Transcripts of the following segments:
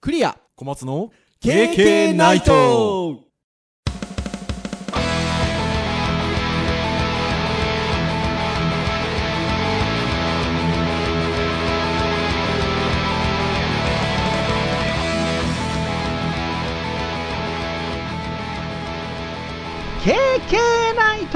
クリア小松の KK ナイト。 KK ナイト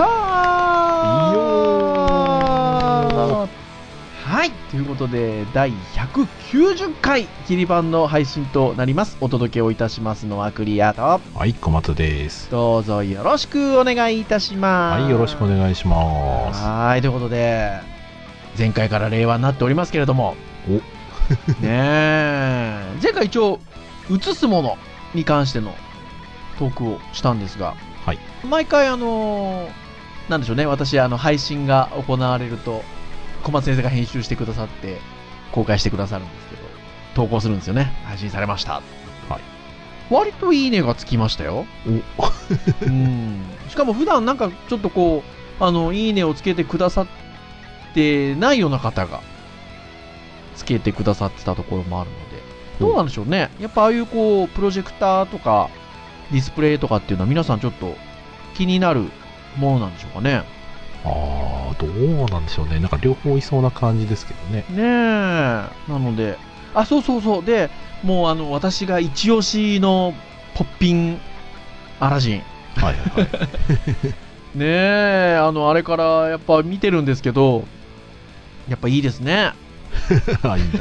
はい、ということで第190回キリバンの配信となります。お届けをいたしますのはクリアと、 はい、小松です。 どうぞよろしくお願いいたします。 はい、よろしくお願いします。 はい、ということで前回から令和になっておりますけれどもねえ、前回一応映すものに関してのトークをしたんですが、 はい、 毎回なんでしょうね、私配信が行われると小松先生が編集してくださって公開してくださるんですけど、投稿するんですよね。配信されました。はい。割といいねがつきましたよ。しかも普段なんかちょっとこういいねをつけてくださってないような方がつけてくださってたところもあるので、どうなんでしょうね。やっぱああいうこうプロジェクターとかディスプレイとかっていうのは皆さんちょっと気になるものなんでしょうかね。 どうなんでしょうね。なんか両方いそうな感じですけどね。 ねえ。なので、そう。で、もう私が一押しのポッピンアラジン。 はい。 ねえ、あれからやっぱ見てるんですけど、やっぱいいですね。 いいんだ。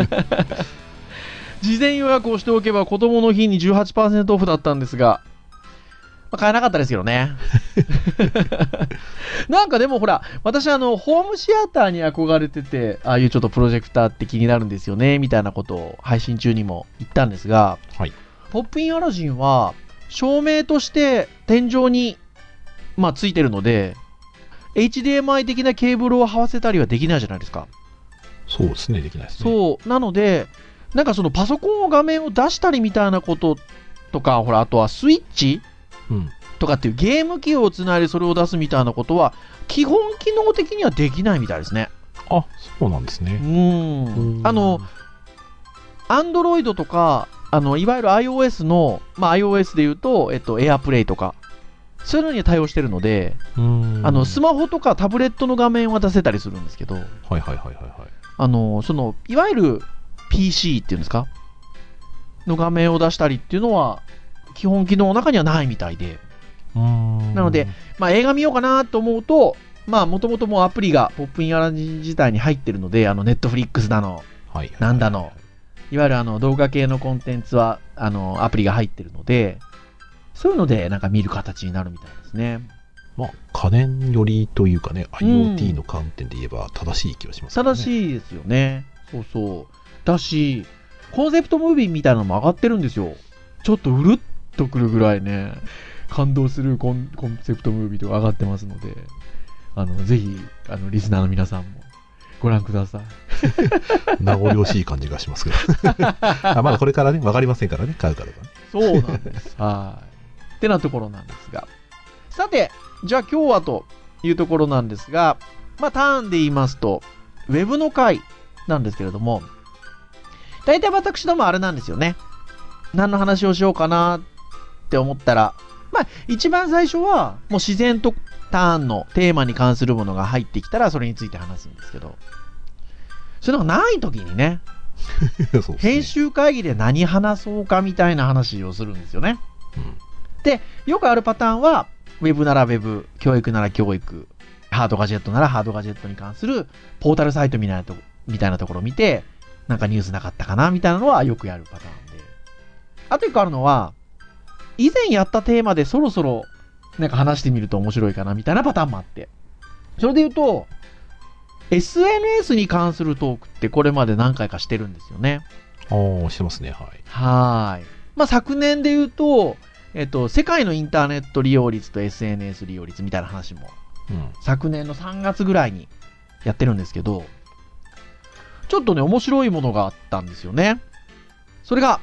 事前予約をしておけば子供の日に 18% オフだったんですが、買えなかったですけどね。なんかでもほら、私ホームシアターに憧れてて、ああいうちょっとプロジェクターって気になるんですよね、みたいなことを配信中にも言ったんですが、 はい、 ポップインアラジンは照明として天井についてるので、HDMI 的なケーブルを這わせたりはできないじゃないですか。 そうですね、できないですね。 そうなので、なんかそのパソコンの画面を出したりみたいなこととか、ほら、あとはスイッチとかっていうゲーム機をつないでそれを出すみたいなことは基本機能的にはできないみたいですね。 あ、そうなんですね。 Android とかいわゆる iOS の、iOS でいうとAirPlay とかそういうのに対応してるので、スマホとかタブレットの画面は出せたりするんですけど、そのいわゆる PC っていうんですかの画面を出したりっていうのは基本機能の中にはないみたいで、なので、映画見ようかなと思うと、もともともうアプリがポップインアラジン自体に入ってるので、Netflix だの、なんだの、いわゆる動画系のコンテンツはアプリが入ってるので、そういうのでなんか見る形になるみたいですね。 家電寄りというかね、IoT の観点で言えば正しい気がしますね。 正しいですよね。そうだし、コンセプトムービーみたいなのも上がってるんですよ。ちょっとうるっとくるぐらいね、感動するコンセプトムービーとか上がってますので、ぜひリスナーの皆さんもご覧ください。 名残惜しい感じがしますけどまだこれからね、分かりませんからね、買うからね。 そうなんですはいってなところなんですが、さてじゃあ今日はというところなんですが、ターンで言いますとウェブの回なんですけれども、大体私どもあれなんですよね。何の話をしようかなって思ったら、一番最初はもう自然とターンのテーマに関するものが入ってきたらそれについて話すんですけど、そういうのがない時にねそうですね、 編集会議で何話そうかみたいな話をするんですよね。で、よくあるパターンはウェブならウェブ、教育なら教育、ハードガジェットならハードガジェットに関するポータルサイトみたいなところを見て、なんかニュースなかったかなみたいなのはよくやるパターンで、あと一個あるのは以前やったテーマでそろそろなんか話してみると面白いかなみたいなパターンもあって、それで言うと SNS に関するトークってこれまで何回かしてるんですよね。 してますね。 はい。昨年で言うと、世界のインターネット利用率と SNS 利用率みたいな話も、昨年の3月ぐらいにやってるんですけど、ちょっとね面白いものがあったんですよね。それが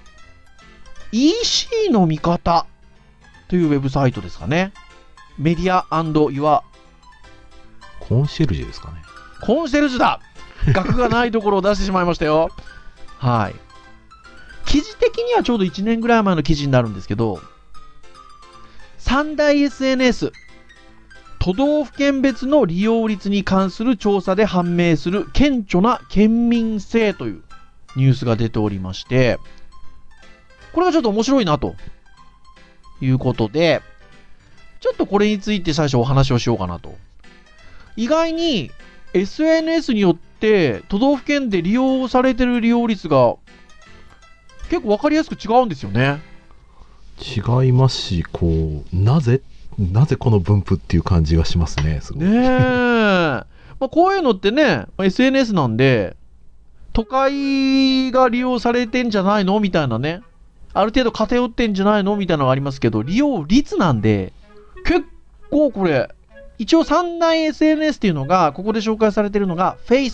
EC の見方というウェブサイトですかね。メディア&ユアコンシェルジュですかね。 コンシェルジュだ。額がないところを出してしまいましたよ。はい。 記事的にはちょうど1年ぐらい前の記事になるんですけど、三大 SNS、都道府県別の利用率に関する調査で判明する顕著な県民性というニュースが出ておりまして、これがちょっと面白いなということで、ちょっとこれについて最初お話をしようかなと。意外に SNS によって都道府県で利用されてる利用率が結構分かりやすく違うんですよね。 違いますし、こうなぜこの分布っていう感じがしますね。すごいねえ、まあ、こういうのってね SNS なんで都会が利用されてんじゃないのみたいなね、ある程度偏ってんじゃないのみたいなのがありますけど、利用率なんで結構これ一応三大 SNS っていうのがここで紹介されてるのが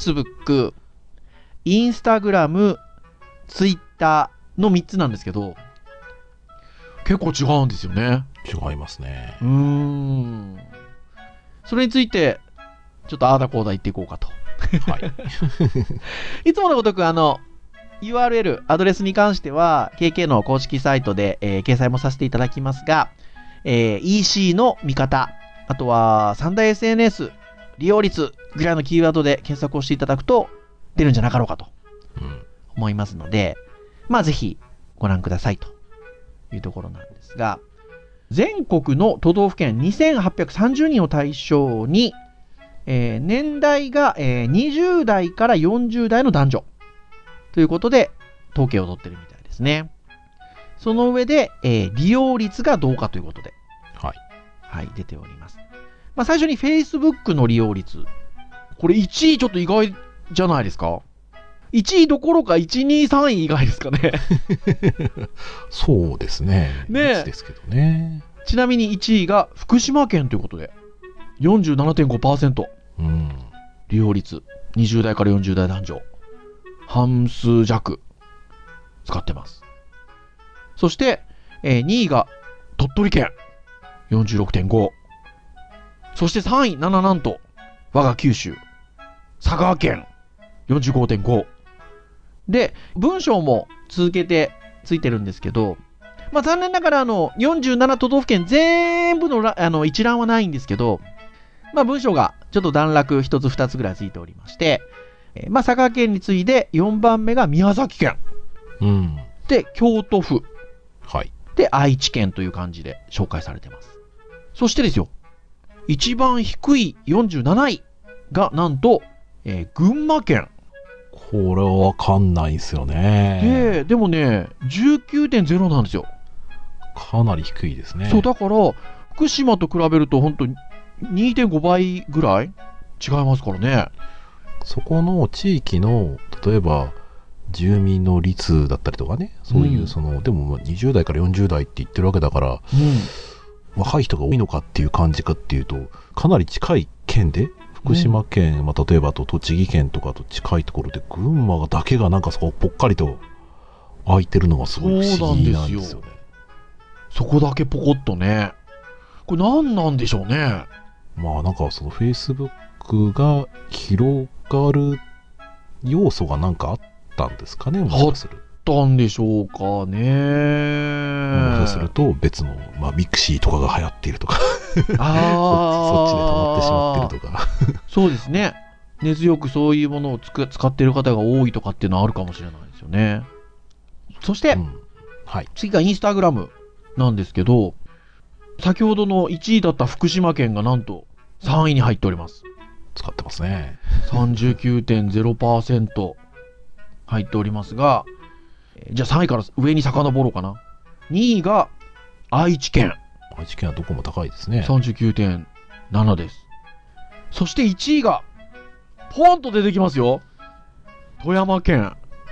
Facebook、Instagram、Twitter の3つなんですけど、結構違うんですよね。 違いますね。 それについてちょっとあーだこーだ言っていこうかと。 はい。 いつものごとくURL アドレスに関しては KK の公式サイトで、掲載もさせていただきますが、EC の見方、あとは三大 SNS 利用率ぐらいのキーワードで検索をしていただくと出るんじゃなかろうかと思いますので、まあぜひご覧くださいというところなんですが、全国の都道府県2830人を対象に、年代が、20代から40代の男女ということで統計を取ってるみたいですね。その上で、利用率がどうかということで、はい、出ております。まあ、最初に Facebook の利用率、これ1位ちょっと意外じゃないですか。1位どころか1、2、3位以外ですかね。 そうですね。 ねえ。 ですけどね。 ちなみに1位が福島県ということで 47.5%、利用率20代から40代男女半数弱使ってます。そして、2位が鳥取県 46.5、 そして3位なんと我が九州佐賀県 45.5 で、文章も続けてついてるんですけど、まあ残念ながら47都道府県全部の一覧はないんですけど、まあ文章がちょっと段落1つ2つぐらいついておりまして、まあ佐賀県に次いで4番目が宮崎県、で京都府、で愛知県という感じで紹介されてます。そしてですよ、一番低い47位がなんと、群馬県。 これはわかんないですよね。 でもね 19.0 なんですよ。 かなり低いですね。 そうだから福島と比べると本当に 2.5 倍ぐらい違いますからね。 そこの地域の例えば住民の率だったりとかね、そういうでも20代から40代って言ってるわけだから、若い人が多いのかっていう感じかっていうと、かなり近い県で福島県、例えばと栃木県とかと近いところで群馬だけがなんかそこぽっかりと空いてるのがすごい不思議なんですよね。 そこだけポコッとね、これ何なんでしょうね。 まあなんかその Facebook が広がる要素がなんかあったんですかね、もしかする。 あったんでしょうかね。 もしかすると別の、ミクシーとかが流行っているとかそっちで止まってしまってるとかそうですね。根強くそういうものを使っている方が多いとかっていうのはあるかもしれないですよね。そして、次がインスタグラムなんですけど、先ほどの1位だった福島県がなんと3位に入っております。 使ってますね。 39.0% 入っておりますが、じゃあ3位から上に遡ろうかな。2位が愛知県。 愛知県はどこも高いですね。 39.7 です。そして1位がポンと出てきますよ。富山県。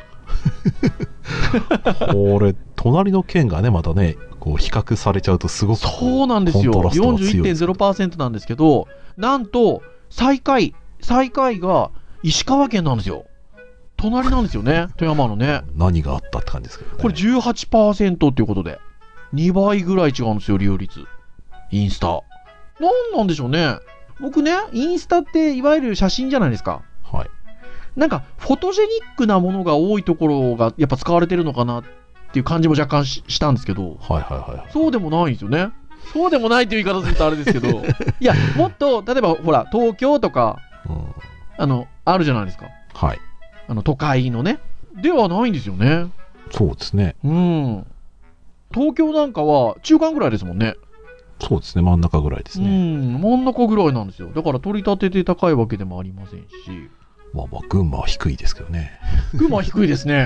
これ隣の県がねまたねこう比較されちゃうとすごくそうなんですよ。41.0% なんですけど、なんと最下位が石川県なんですよ。隣なんですよね。富山のね。 何があったって感じですけどね。 これ 18% っていうことで2倍ぐらい違うんですよ、利用率。インスタなんでしょうね。僕ね、インスタっていわゆる写真じゃないですか。なんかフォトジェニックなものが多いところがやっぱ使われてるのかなっっていう感じも若干したんですけど、 はいはいはい。 そうでもないんですよね。そうでもないっていう言い方するとあれですけど、いや、もっと、例えばほら、東京とか、あるじゃないですか。 はい。 都会のね。ではないんですよね。 そうですね。 東京なんかは中間ぐらいですもんね。 そうですね、真ん中ぐらいですね。 真ん中ぐらいなんですよ。だから取り立てて高いわけでもありませんし。 まあまあ、群馬は低いですけどね。 群馬は低いですね。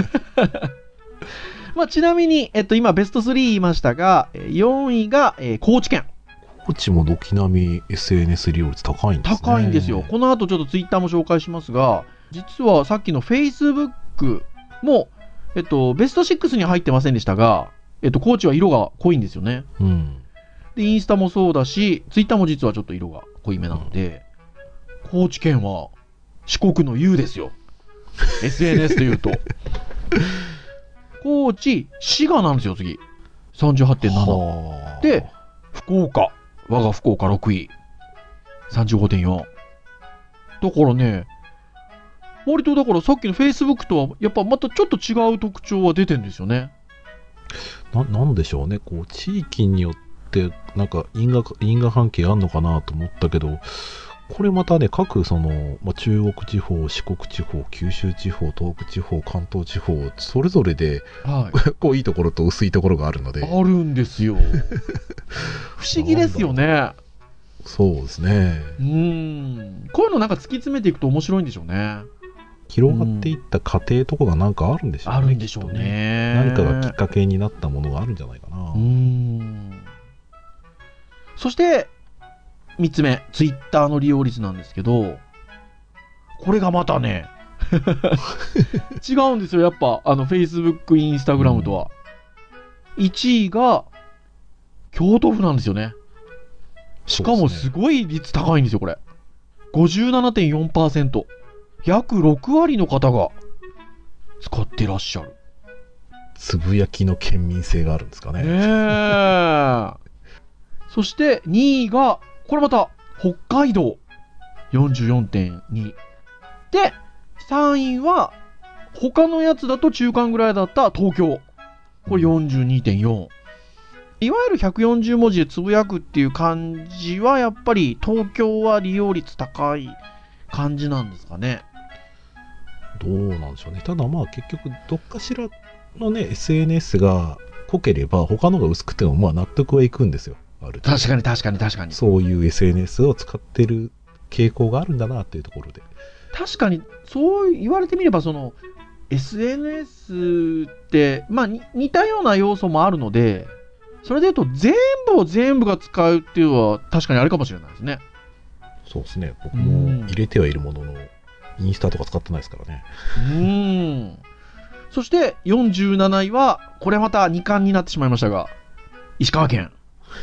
まあ、ちなみに、今ベスト3言いましたが、4位が、高知県。 高知も軒並み SNS 利用率高いんですね。 高いんですよ。この後ちょっとツイッターも紹介しますが、実はさっきの Facebook も、ベスト6に入ってませんでしたが、高知は色が濃いんですよね。で、インスタもそうだし、ツイッターも実はちょっと色が濃いめなので、高知県は四国の雄ですよ。SNS というと。高知、滋賀なんですよ、次。38.7。で、福岡。我が福岡6位。35.4。だからね、割とだからさっきの Facebook とはやっぱまたちょっと違う特徴は出てるんですよね。 なんでしょうね、こう地域によってなんか因果関係あるのかなと思ったけど、これまたね、各その、中国地方、四国地方、九州地方、東北地方、関東地方、それぞれで、こういいところと薄いところがあるので。 あるんですよ。不思議ですよね。 そうですね。 こういうのなんか突き詰めていくと面白いんでしょうね。 広がっていった過程とかがなんかあるんでしょうね。 あるんでしょうね。 何かがきっかけになったものがあるんじゃないかな。 そして3つ目、ツイッターの利用率なんですけど、これがまたね違うんですよ。やっぱFacebook、Instagram とは。1位が京都府なんですよね。しかもすごい率高いんですよ、これ。57.4%。約6割の方が使ってらっしゃる。 つぶやきの県民性があるんですかね。 そして2位が、これまた北海道 44.2。で、3位は他のやつだと中間ぐらいだった東京。これ 42.4。いわゆる140文字でつぶやくっていう感じはやっぱり東京は利用率高い感じなんですかね。 どうなんでしょうね。ただまあ結局どっかしらのね SNS が濃ければ他のが薄くてもまあ納得はいくんですよ。 確かに。 そういう SNS を使ってる傾向があるんだなっていうところで。 確かにそう言われてみればその SNS ってまあ似たような要素もあるので、それでいうと全部が使うっていうのは確かにあれかもしれないですね。 そうですね。僕も入れてはいるもののインスタとか使ってないですからね。 そして47位はこれまた2冠になってしまいましたが、石川県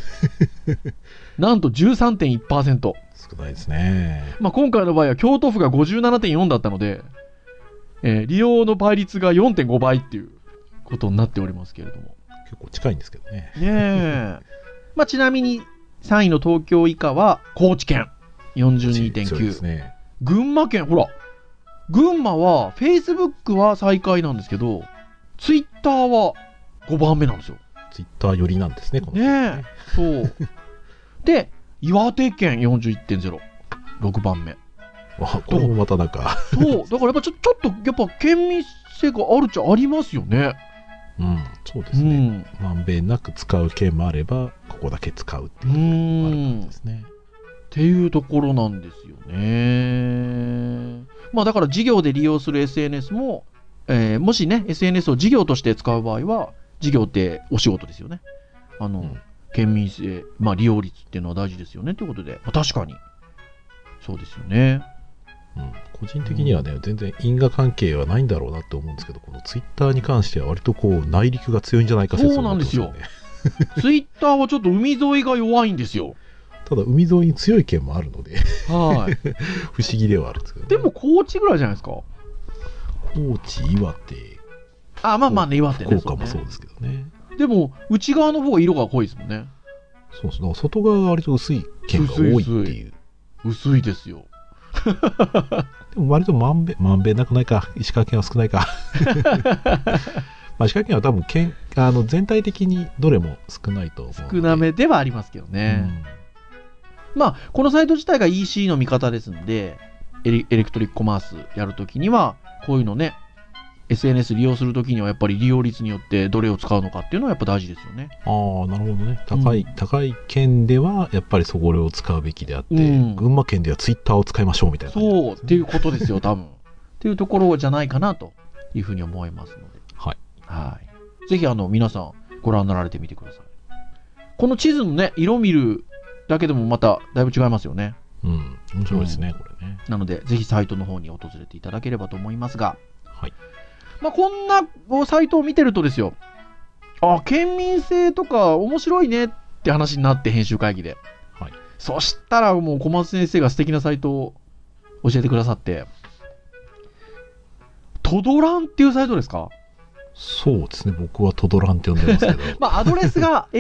なんと 13.1%。 少ないですね。 今回の場合は京都府が 57.4 だったので、利用の倍率が 4.5 倍っていうことになっておりますけれども、 結構近いんですけどね。 ちなみに3位の東京以下は高知県 42.9、群馬県、ほら群馬は Facebook は最下位なんですけど Twitter は5番目なんですよ。 ツイッター寄りなんですね、このね。そうで岩手県 41.0、 6番目。 これもまたなんかそうだからやっぱちょっとやっぱ県民性があるっちゃありますよね。 そうですね。まんべんなく使う県もあればここだけ使うっていうのもある感じですね。 っていうところなんですよね。だから事業で利用する SNS も、もしね SNS を事業として使う場合は、事業ってお仕事ですよね。県民性、利用率っていうのは大事ですよねということで、確かにそうですよね。 個人的にはね、全然因果関係はないんだろうなって思うんですけど、このツイッターに関しては割とこう内陸が強いんじゃないか説そうなんですよ。ツイッターはちょっと海沿いが弱いんですよ。 ただ海沿いに強い県もあるので不思議ではあるんですけど、 でも高知ぐらいじゃないですか。 高知、岩手、 岩手ね、 福岡もそうですけどね。 でも内側の方が色が濃いですもんね。 そうそう、外側が割と薄い県が多いっていう。 薄いですよ。 でも割とまんべんなくないか。石川県は少ないかまあ、歯科検は多分全体的にどれも少ないと思うので。 少なめではありますけどね。まあ、このサイト自体が EC の味方ですので、エレクトリックコマースやるときには、こういうのね、SNS 利用するときにはやっぱり利用率によってどれを使うのかっていうのはやっぱ大事ですよね。 ああ、なるほどね。高い県ではやっぱりそれを使うべきであって、群馬県ではツイッターを使いましょうみたいな、ね。 そう、っていうことですよ、多分。っていうところじゃないかなというふうに思いますので。 はい。 はい。ぜひ皆さんご覧になられてみてください。この地図のね、色見るだけでもまただいぶ違いますよね。 面白いですね、これね。 なので、ぜひサイトの方に訪れていただければと思いますが、 はい。 まあ、こんなサイトを見てるとですよ、県民性とか面白いねって話になって、編集会議で。 はい。 そしたらもう小松先生が素敵なサイトを教えてくださって、トドランっていうサイトですか？ そうですね、僕はトドランって呼んでますけど。 まあ、アドレスが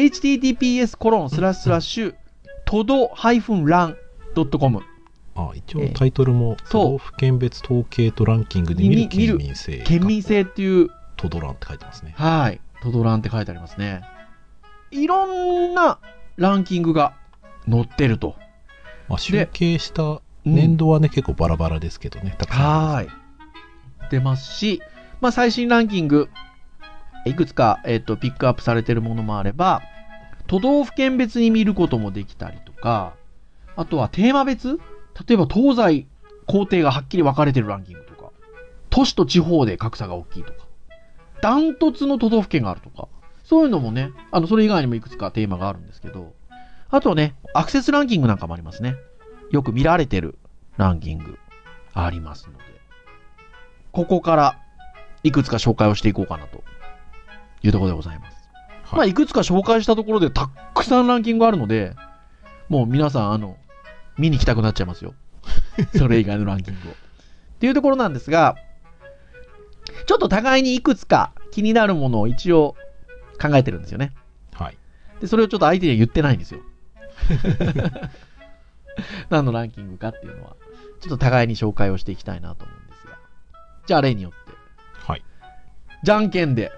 https://todo-ran.com。 一応タイトルも都道府県別統計とランキングで見る県民性。 県民性っていうトドランって書いてますね。 はい。トドランって書いてありますね。いろんなランキングが載ってると。 まあ、集計した年度はね、結構バラバラですけどね。たくさんはい。出ますし、まあ、最新ランキング、いくつか、ピックアップされてるものもあれば、都道府県別に見ることもできたりとか、あとはテーマ別？例えば東西工程がはっきり分かれてるランキングとか、都市と地方で格差が大きいとか、ダントツの都道府県があるとか、そういうのもね、それ以外にもいくつかテーマがあるんですけど、あとね、アクセスランキングなんかもありますね。よく見られてるランキングありますので、ここからいくつか紹介をしていこうかなというところでございます。はい、まあ、いくつか紹介したところでたくさんランキングあるので、もう皆さん、見に行きたくなっちゃいますよ。それ以外のランキングを。っていうところなんですが、ちょっと互いにいくつか気になるものを一応考えてるんですよね。 はい。 で、それをちょっと相手には言ってないんですよ。何のランキングかっていうのは、ちょっと互いに紹介をしていきたいなと思うんですが。じゃあ例によって。 はい。 じゃんけんで。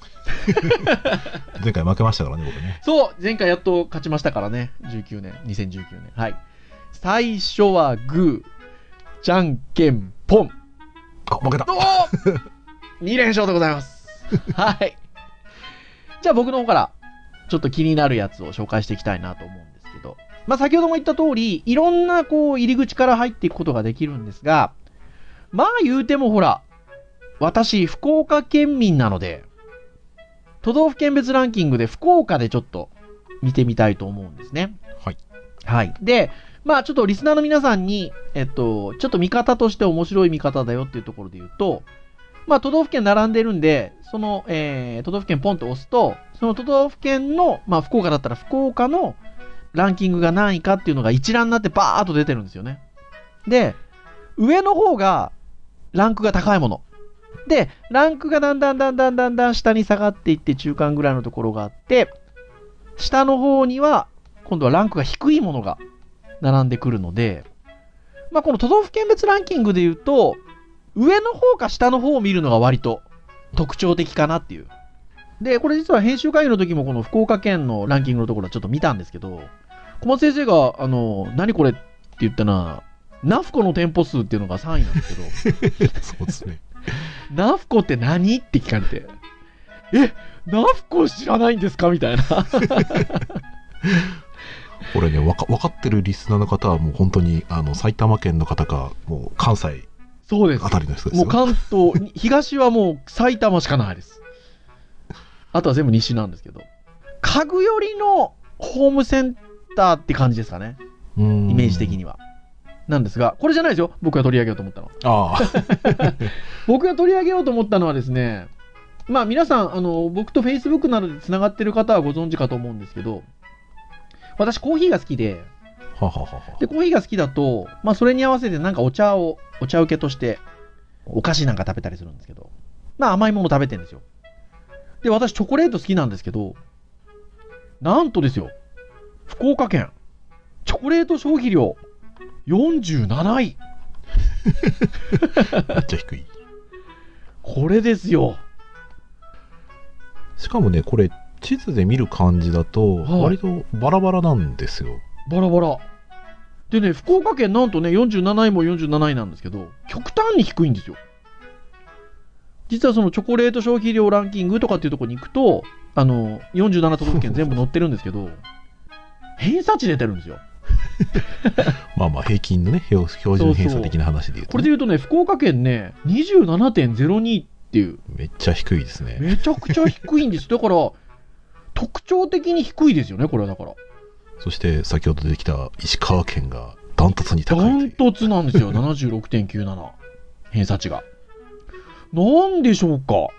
前回負けましたからね、僕ね。 そう、前回やっと勝ちましたからね。2019年。はい。最初はグー、じゃんけんポン。 負けた。 2連勝でございます。はい。じゃあ僕の方からちょっと気になるやつを紹介していきたいなと思うんですけど、まあ先ほども言った通り、いろんな入り口から入っていくことができるんですが、まあ言うてもほら、私福岡県民なので、都道府県別ランキングで福岡でちょっと見てみたいと思うんですね。 はい。 はい。で、まあちょっとリスナーの皆さんに、ちょっと見方として面白い見方だよっていうところで言うと、まあ都道府県並んでるんで、その、都道府県ポンと押すと、その都道府県の、まあ福岡だったら福岡のランキングが何位かっていうのが一覧になってバーっと出てるんですよね。で、上の方がランクが高いもの。で、ランクがだんだん下に下がっていって中間ぐらいのところがあって、下の方には今度はランクが低いものが並んでくるので、まあこの都道府県別ランキングで言うと、上の方か下の方を見るのが割と特徴的かなっていう。で、これ実は編集会議の時もこの福岡県のランキングのところはちょっと見たんですけど、小松先生が、何これって言ったら、ナフコの店舗数っていうのが3位なんですけど、 そうですね。 ナフコって何って聞かれて、ナフコ知らないんですかみたいな。 これね、分かってるリスナーの方はもう本当に埼玉県の方か、もう関西あたりの人ですよ。 もう関東、東はもう埼玉しかないです。あとは全部西なんですけど、家具寄りのホームセンターって感じですかね。イメージ的には。なんですが、これじゃないですよ。僕が取り上げようと思ったのは。僕が取り上げようと思ったのはですね、まあ皆さん、僕と Facebook などで繋がってる方はご存知かと思うんですけど、私コーヒーが好きで、で、コーヒーが好きだと、まあそれに合わせてなんかお茶受けとして、お菓子なんか食べたりするんですけど、まあ甘いもの食べてるんですよ。で、私チョコレート好きなんですけど、なんとですよ、福岡県、チョコレート消費量、47位。 めっちゃ低い。 これですよ。 しかもね、これ地図で見る感じだと割とバラバラなんですよ。 バラバラでね、福岡県なんとね47位も47位なんですけど、極端に低いんですよ。実はそのチョコレート消費量ランキングとかっていうところに行くと、47都道府県全部載ってるんですけど偏差値出てるんですよ。 まあまあ平均のね、標準偏差的な話で言うと、ね、 これで言うとね、福岡県ね 27.02 っていう、 めっちゃ低いですね。 めちゃくちゃ低いんです。だから特徴的に低いですよね、これは。だからそして先ほど出てきた石川県がダントツに高い。 ダントツなんですよ。76.97 偏差値が。なんでしょうか。わ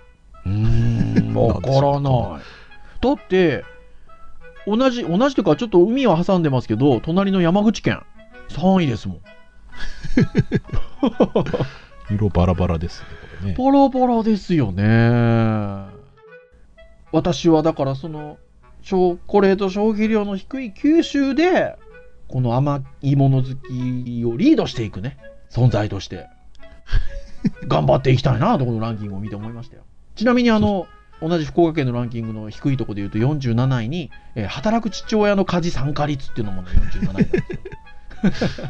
からない。だって同じというか、ちょっと海は挟んでますけど、隣の山口県3位ですもん。 色バラバラですね、これね。 バラバラですよね。私はだからそのチョコレート消費量の低い九州でこの甘いもの好きをリードしていくね、存在として頑張っていきたいなと、このランキングを見て思いましたよ。ちなみに同じ福岡県のランキングの低いところでいうと47位に、働く父親の家事参加率っていうのも、ね、47位なんですよ。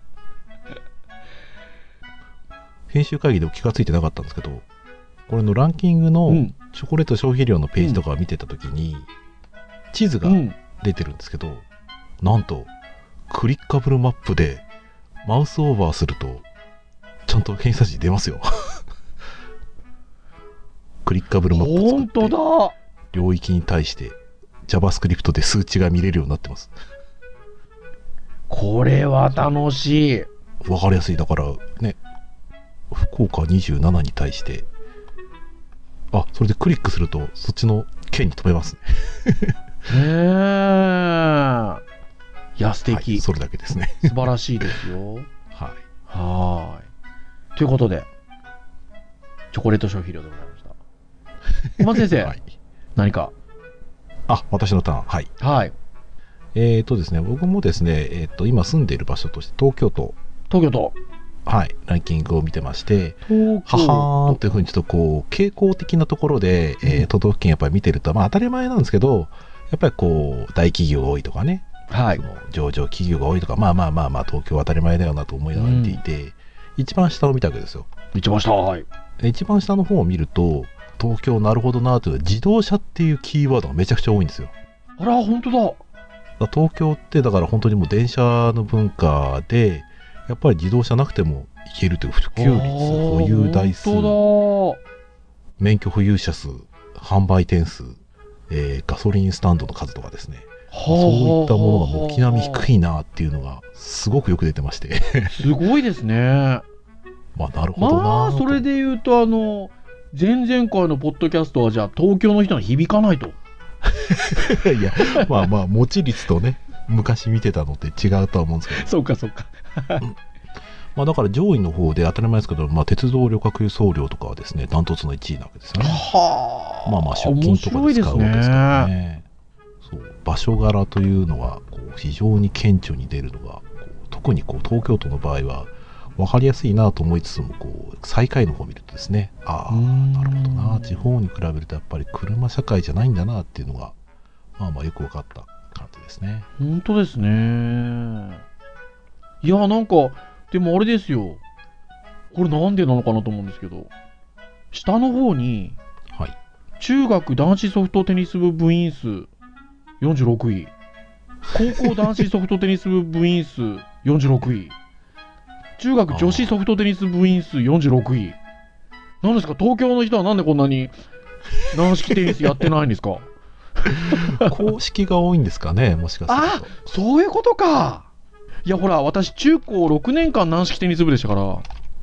編集会議でも気がついてなかったんですけど、これのランキングのチョコレート消費量のページとかを見てたときに、地図が出てるんですけど、なんとクリッカブルマップでマウスオーバーするとちゃんと偏差値出ますよ。クリッカブルマップ作って、 本当だ、 領域に対して JavaScript で数値が見れるようになってます。 これは楽しい。 わかりやすい。だからね、福岡27に対して、それでクリックするとそっちの県に飛べますね。 へー、いや素敵、 はい、それだけですね。 素晴らしいですよ。はい。ということでチョコレート消費量でございました。小松先生、はい、何か。 私のターン。はい。 はい。 ですね、僕もですね、今住んでいる場所として東京都。はい、ランキングを見てまして、ははーんというふうにちょっとこう傾向的なところで、都道府県やっぱり見てると、当たり前なんですけど、やっぱりこう大企業が多いとかね、 はい、 その上場企業が多いとか、東京は当たり前だよなと思いながら見ていて、一番下を見たわけですよ。 一番下、はい。 一番下の方を見ると、東京なるほどなという、自動車っていうキーワードがめちゃくちゃ多いんですよ。 あら、本当だ。 東京ってだから本当にもう電車の文化で、やっぱり自動車なくてもいけるという普及率、保有台数、免許保有者数、販売点数、ガソリンスタンドの数とかですね、そういったものが軒並み低いなっていうのがすごくよく出てまして。 すごいですね。 なるほどな。 それで言うと前々回のポッドキャストはじゃあ東京の人に響かないと。 いや、持ち率とね、昔見てたのって違うとは思うんですけど。 そうかそうか。 だから上位の方で当たり前ですけど、鉄道旅客輸送料とかはですね、ダントツの1位なわけですよね。出勤とかで使うわけですからね。そう場所柄というのはこう非常に顕著に出るのが、特に東京都の場合は分かりやすいなと思いつつも、最下位の方を見るとですね、なるほどな、地方に比べるとやっぱり車社会じゃないんだなっていうのがよく分かった感じですね。 本当ですね。いや、なんかでもあれですよ、これなんでなのかなと思うんですけど、下の方に、 はい、 中学男子ソフトテニス部部員数46位、高校男子ソフトテニス部部員数46位、中学女子ソフトテニス部員数46位。何ですか、東京の人はなんでこんなに軟式テニスやってないんですか。 公式が多いんですかね、もしかすると。 そういうことか。いやほら、私中高6年間軟式テニス部でしたから。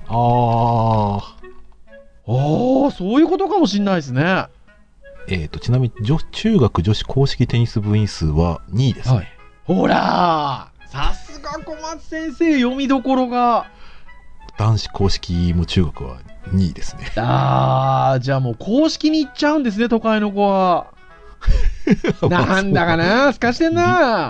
そういうことかもしんないですね。 ちなみに中学女子公式テニス部員数は2位ですね。はい、 ほらさすが小松先生、読みどころが。 男子公式も中学は2位ですね。 じゃあもう公式に行っちゃうんですね、都会の子は。なんだかな、すかしてんな。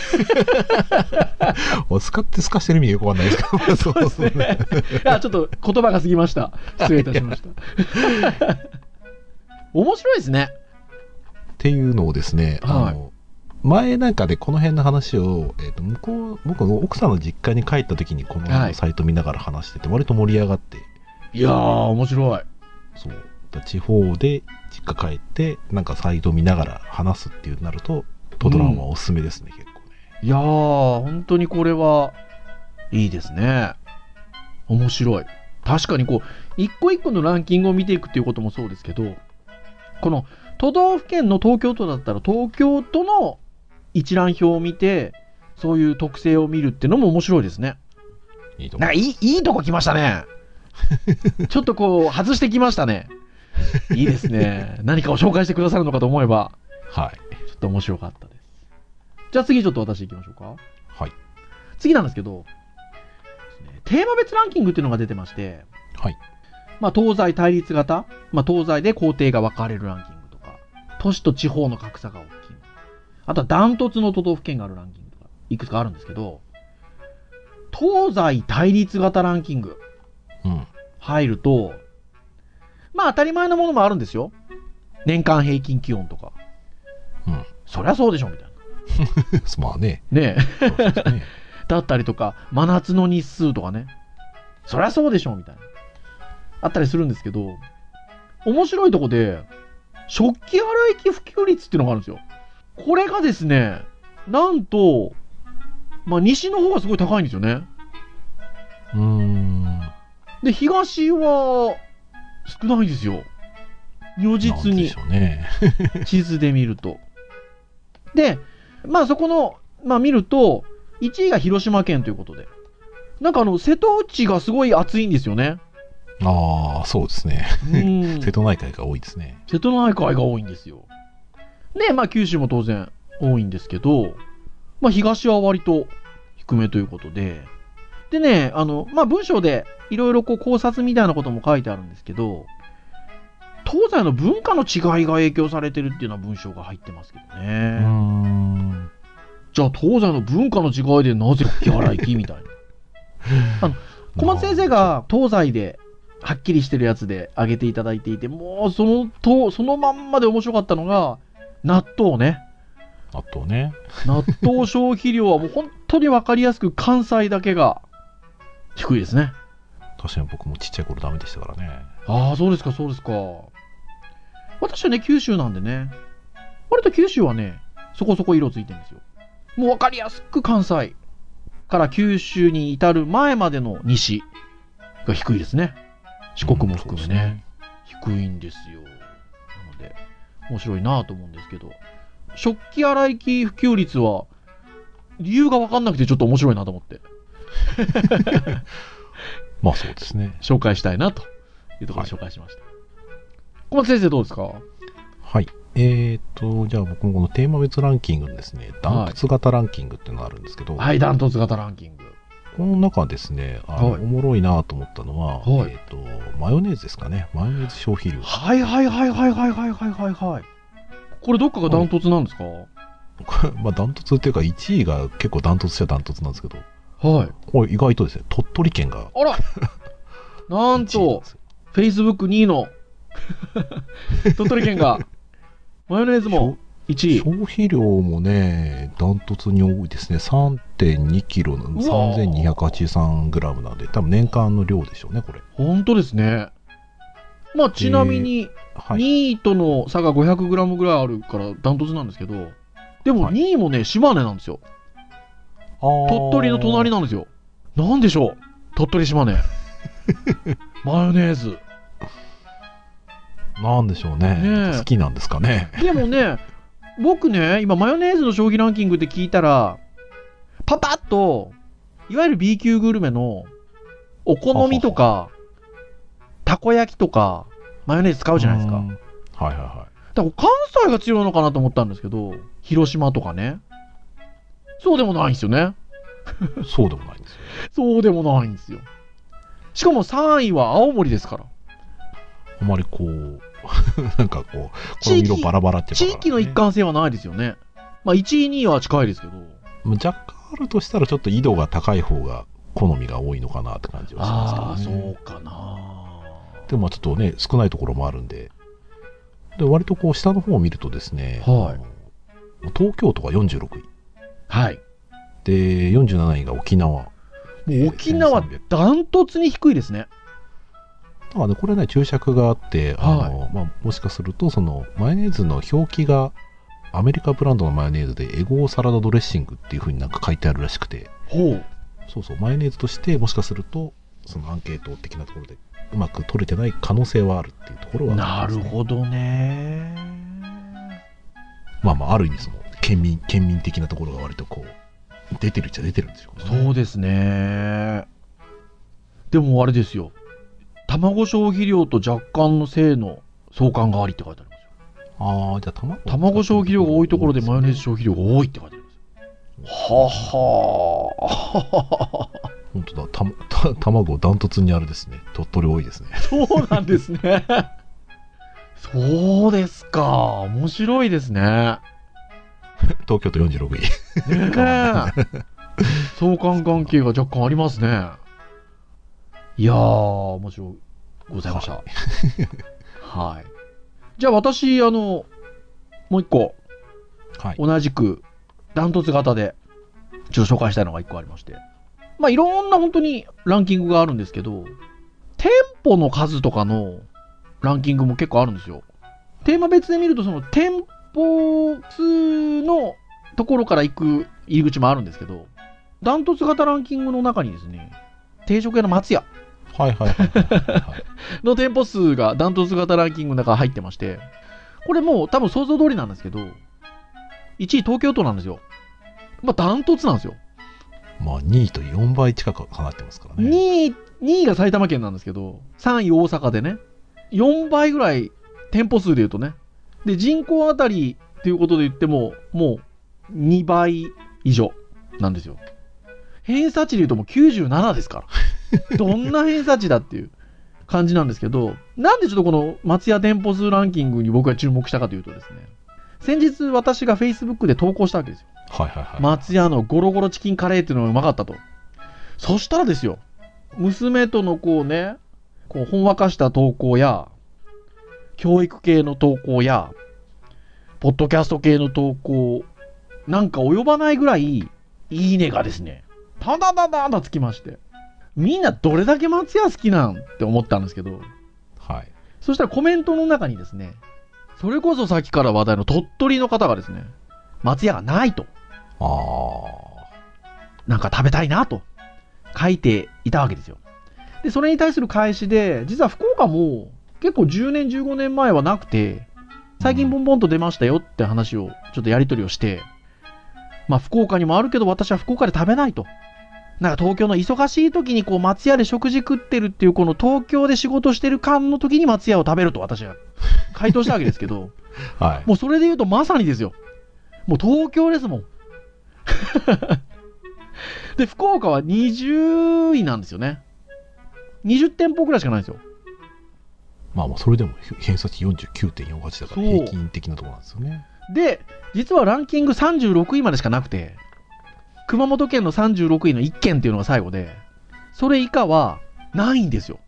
スカってスカしてる意味よくわかんないですけど。 そうですね。ちょっと言葉が過ぎました。失礼いたしました。 面白いですね。 っていうのをですね、前なんかでこの辺の話を、僕の奥さんの実家に帰った時にこのサイト見ながら話してて、割と盛り上がって。 いやー、面白い。 そう。地方で実家帰って、なんかサイト見ながら話すっていうなると、トドランはおすすめですね、結構ね。 いやー、本当にこれはいいですね。面白い。確かにこう、一個一個のランキングを見ていくっていうこともそうですけど、この都道府県の東京都だったら東京都の一覧表を見て、そういう特性を見るっていうのも面白いですね。 いいとこ。 なんかいいとこ来ましたね。ちょっとこう、外してきましたね。いいですね。何かを紹介してくださるのかと思えば、 はい。 ちょっと面白かったです。じゃあ次ちょっと私行きましょうか。 はい。 次なんですけど、テーマ別ランキングっていうのが出てまして、 はい。 まあ東西対立型、まあ東西で工程が分かれるランキングとか、都市と地方の格差が大きい。あとはダントツの都道府県があるランキングとか、いくつかあるんですけど、東西対立型ランキング、入ると、まあ当たり前のものもあるんですよ。年間平均気温とか。そりゃそうでしょみたいな。 まあね。 ねえ。だったりとか、真夏の日数とかね。そりゃそうでしょみたいな。あったりするんですけど、面白いとこで、食器洗い機普及率っていうのがあるんですよ。これがですね、なんと、まあ西の方がすごい高いんですよね。で、東は少ないんですよ。如実に。地図で見ると。で、まあそこの、まあ見ると、1位が広島県ということで。なんか瀬戸内がすごい暑いんですよね。 ああ、そうですね。瀬戸内海が多いですね。 瀬戸内海が多いんですよ。で、まあ九州も当然多いんですけど、まあ東は割と低めということで。でね、まあ文章でいろいろこう考察みたいなことも書いてあるんですけど、東西の文化の違いが影響されてるっていうような文章が入ってますけどね。じゃあ東西の文化の違いでなぜ食器洗い機みたいな。小松先生が東西ではっきりしてるやつで挙げていただいていて、もうそのまんまで面白かったのが納豆ね。納豆消費量はもう本当に分かりやすく関西だけが低いですね。 確かに僕もちっちゃい頃ダメでしたからね。 ああ、そうですか、そうですか。私はね、九州なんでね、割と九州はね、そこそこ色ついてるんですよ。もう分かりやすく関西から九州に至る前までの西が低いですね。四国も含めね、低いんですよ。なので、面白いなと思うんですけど、食器洗い機普及率は、理由が分かんなくてちょっと面白いなと思って。 まあそうですね。 紹介したいなというところで紹介しました。小松先生どうですか？ はい。じゃあ僕もこのテーマ別ランキングのですね、ダントツ型ランキングっていうのがあるんですけど、 はい、ダントツ型ランキング。 この中ですね、おもろいなと思ったのは、マヨネーズですかね。マヨネーズ消費量。 はいはいはいはいはいはいはいはい。これどっかがダントツなんですか？ まあダントツっていうか1位が結構ダントツっちゃダントツなんですけど、 はい。 これ意外とですね、鳥取県が。 あらなんと、Facebook 2位の鳥取県が、マヨネーズも1位。 消費量もね、ダントツに多いですね。3.2 キロの 3283 グラムなんで、多分年間の量でしょうね、これ。 本当ですね。まあちなみに、2位との差が500グラムぐらいあるからダントツなんですけど、でも2位もね、島根なんですよ。鳥取の隣なんですよ。なんでしょう、鳥取島根。マヨネーズ。 なんでしょうね。好きなんですかね。 でもね、僕ね、今マヨネーズの消費ランキングって聞いたら、パパッと、いわゆる B 級グルメのお好みとか、たこ焼きとか、マヨネーズ使うじゃないですか。はいはいはい。 だから関西が強いのかなと思ったんですけど、広島とかね。そうでもないんですよね。 そうでもないんですよ。 そうでもないんですよ。しかも3位は青森ですから。 あまりこう、なんかこう、この色バラバラって、 地域の一貫性はないですよね。まあ1位、2位は近いですけど。 若干あるとしたらちょっと緯度が高い方が好みが多いのかなって感じはしますけどね。 ああ、そうかな。 でもまあちょっとね、少ないところもあるんで、 で割とこう下の方を見るとですね、 はい、 東京都が46位。 はい。 で、47位が沖縄。もう沖縄、ダントツに低いですね。 だからね、これね、注釈があって、もしかすると、その、マヨネーズの表記が、アメリカブランドのマヨネーズで、エゴーサラダドレッシングっていう風になんか書いてあるらしくて、そうそう、マヨネーズとして、もしかすると、そのアンケート的なところで、うまく取れてない可能性はあるっていうところは、 なるほどね。 ある意味、その、県民的なところが割とこう、出てるっちゃ出てるんですよね。 そうですね。でもあれですよ。卵消費量と若干の性の相関がありって書いてありますよ。 じゃあ卵消費量が多いところでマヨネーズ消費量が多いって書いてありますよ。は本当だ、卵ダントツにあるですね。鳥取多いですね。 そうなんですね。そうですか。面白いですね。 東京都46位。 ね相関関係が若干ありますね。いやー、面白いございました。はい。じゃあ私、もう一個、はい、同じくダントツ型でちょっと紹介したいのが一個ありまして、いろんな本当にランキングがあるんですけど、店舗の数とかのランキングも結構あるんですよ。テーマ別で見ると、その店舗数のところから行く入り口もあるんですけど、ダントツ型ランキングの中にですね、定食屋の松屋の店舗数がダントツ型ランキングの中に入ってまして、これもう多分想像通りなんですけど、1位東京都なんですよ。ダントツなんですよ。 2位と4倍近く離れてますからね。 2位が埼玉県なんですけど、3位大阪でね、4倍ぐらい店舗数で言うとね、で人口あたりということで言ってももう2倍以上なんですよ。偏差値で言うともう97ですからどんな偏差値だっていう感じなんですけど、なんでちょっとこの松屋店舗数ランキングに僕が注目したかというとですね、先日私が Facebook で投稿したわけですよ。松屋のゴロゴロチキンカレーっていうのがうまかったと。そしたらですよ、娘とのこうほんわかした投稿や、教育系の投稿や、ポッドキャスト系の投稿なんか及ばないぐらいいいねがですね、タダダダダつきまして、みんなどれだけ松屋好きなんって思ったんですけど、そしたらコメントの中にですね、それこそさっきから話題の鳥取の方がですね、松屋がないと、なんか食べたいなと書いていたわけですよ。でそれに対する返しで、実は福岡も結構10年15年前はなくて、最近ボンボンと出ましたよって話をちょっとやり取りをして、福岡にもあるけど私は福岡で食べないと、なんか東京の忙しい時に松屋で食事食ってるっていう、この東京で仕事してる間の時に松屋を食べると私は回答したわけですけどもうそれで言うとまさにですよ、もう東京ですもんで福岡は20位なんですよね。20店舗ぐらいしかないんですよ。 それでも偏差値 49.48 だから平均的なところなんですよね。 で実はランキング36位までしかなくて、熊本県の36位の1県っていうのが最後で、それ以下はないんですよ。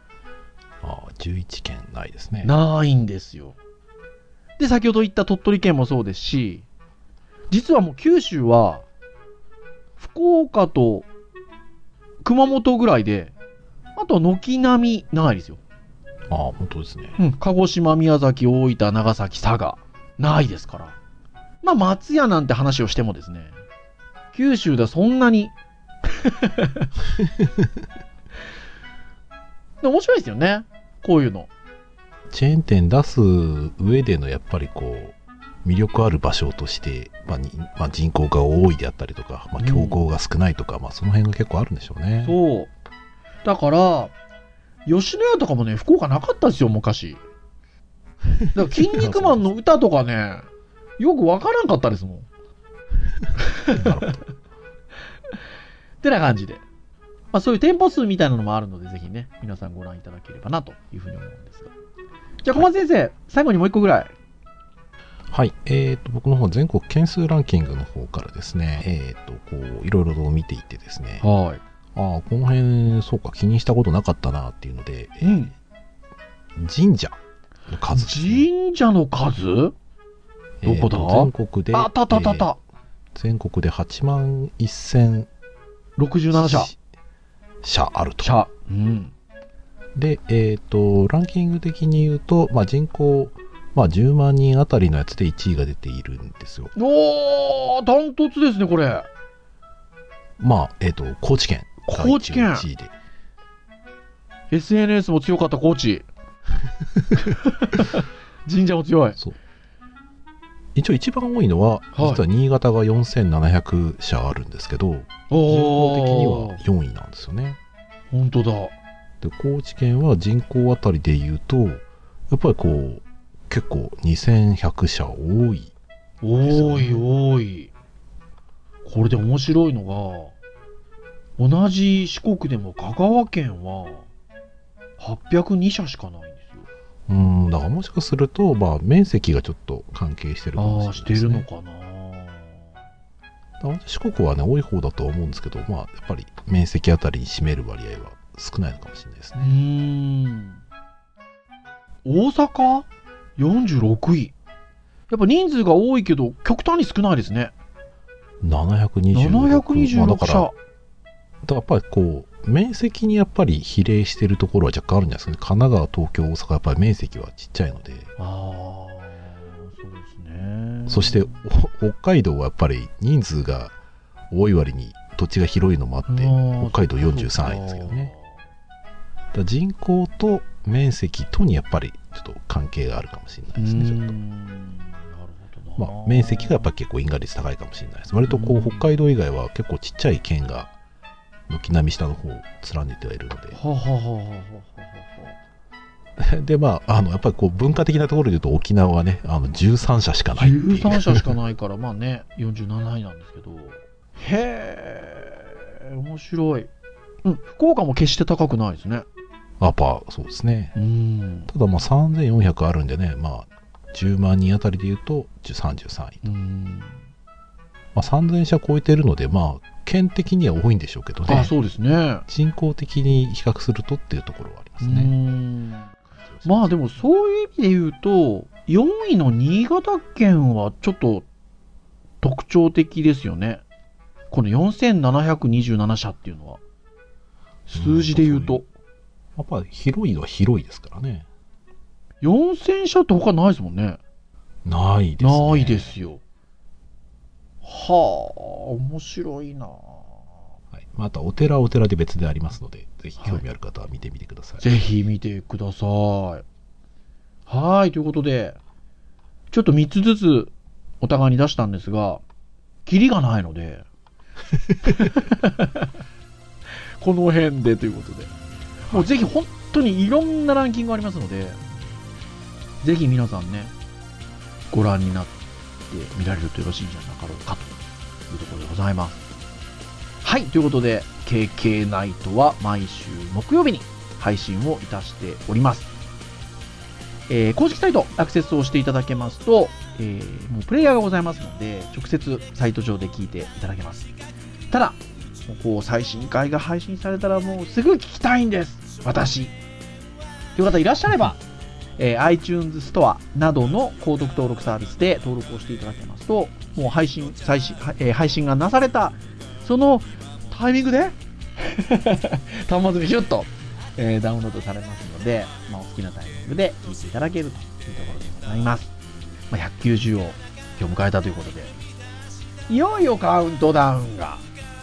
11県ないですね。 ないんですよ。で先ほど言った鳥取県もそうですし、実はもう九州は福岡と熊本ぐらいで、あとは軒並みないですよ。 本当ですね。 鹿児島、宮崎、大分、長崎、佐賀ないですから、松屋なんて話をしてもですね、九州ではそんなに面白いですよね、こういうの。 チェーン店出す上でのやっぱり魅力ある場所として、人口が多いであったりとか、競合が少ないとか、その辺が結構あるんでしょうね。 そうだから吉野家とかもね、福岡なかったですよ昔。だから筋肉マンの歌とかねよくわからんかったですもんなるほどってな感じで、そういう店舗数みたいなのもあるので、ぜひね皆さんご覧いただければなというふうに思うんですが、じゃあ小松先生、最後にもう一個ぐらい。 はい、僕の方全国件数ランキングの方からですね、いろいろと見ていてですね、この辺そうか気にしたことなかったなっていうので、神社の数、 神社の数どこだ、 全国で、 あった。 全国で8万1067社あると。で、ランキング的に言うと、人口、10万人あたりのやつで1位が出ているんですよ。 おー、ダントツですね、これ。 高知県が1位で。 SNS も強かった高知。神社も強い。 そう。一応一番多いのは、実は新潟が4700社あるんですけど、人口的には4位なんですよね。 本当だ。 で、高知県は人口あたりで言うと、やっぱり結構2100社多い、 多い。これで面白いのが、同じ四国でも香川県は802社しかないんですよ。 だからもしかすると、面積がちょっと関係してるかもしれないですね。 してるのかな。 四国はね、多い方だとは思うんですけど、やっぱり面積あたりに占める割合は少ないのかもしれないですね。 大阪46位。やっぱ人数が多いけど、極端に少ないですね。726 だからやっぱり面積にやっぱり比例してるところは若干あるんじゃないですかね。神奈川、東京、大阪はやっぱり面積はちっちゃいので。 そうですね。 そして北海道はやっぱり人数が多い割に土地が広いのもあって、北海道43位ですけどね。人口と面積とにやっぱりちょっと関係があるかもしれないですね。ちょっと。面積がやっぱり結構因果率高いかもしれないです。割と北海道以外は結構ちっちゃい県が軒並み下の方を連ねてはいるので。で、やっぱり文化的なところで言うと沖縄はね、13社しかないっていう。 13社しかないから、47位なんですけど。へー、面白い。福岡も決して高くないですね。 やっぱそうですね。ただ3400あるんでね、10万人あたりで言うと33位と。3000社超えてるので、県的には多いんでしょうけどね。 そうですね。 人口的に比較するとっていうところはありますね。 でもそういう意味で言うと、4位の新潟県はちょっと特徴的ですよね。この4727社っていうのは。数字で言うと。 やっぱり広いのは広いですからね。 4000社って他ないですもんね。 ないですね。 ないですよ。面白いな。 またお寺はお寺で別でありますので、ぜひ興味ある方は見てみてください。 ぜひ見てください。ということで、ちょっと3つずつお互いに出したんですが、キリがないので、この辺でということで、もうぜひ本当にいろんなランキングがありますので、ぜひ皆さんね、ご覧になって見られるとよろしいんじゃなかろうかというところでございます。ということで KK ナイトは毎週木曜日に配信をいたしております。公式サイトアクセスをしていただけますと、もうプレイヤーがございますので直接サイト上で聞いていただけます。ただ最新回が配信されたらもうすぐ聞きたいんです私という方いらっしゃれば、iTunes ストアなどの購読登録サービスで登録をしていただけますと、もう配信がなされたそのタイミングで端末でヒュッと、ダウンロードされますので、お好きなタイミングで聞いていただけるというところでございます。190を今日迎えたということで、いよいよカウントダウンが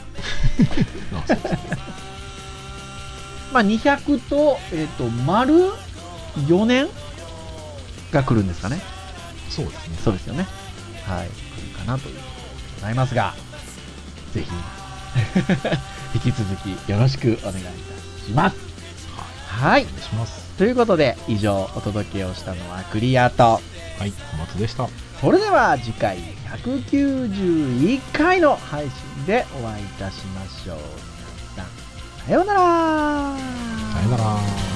200と、丸4年が来るんですかね。 そうですね。 そうですよね。来るかなというところでございますが、ぜひ引き続きよろしくお願いいたします。 お願いします。 ということで以上お届けをしたのはクリアと小松でした。 それでは次回191回の配信でお会いいたしましょう。皆さんさようなら。 さようなら。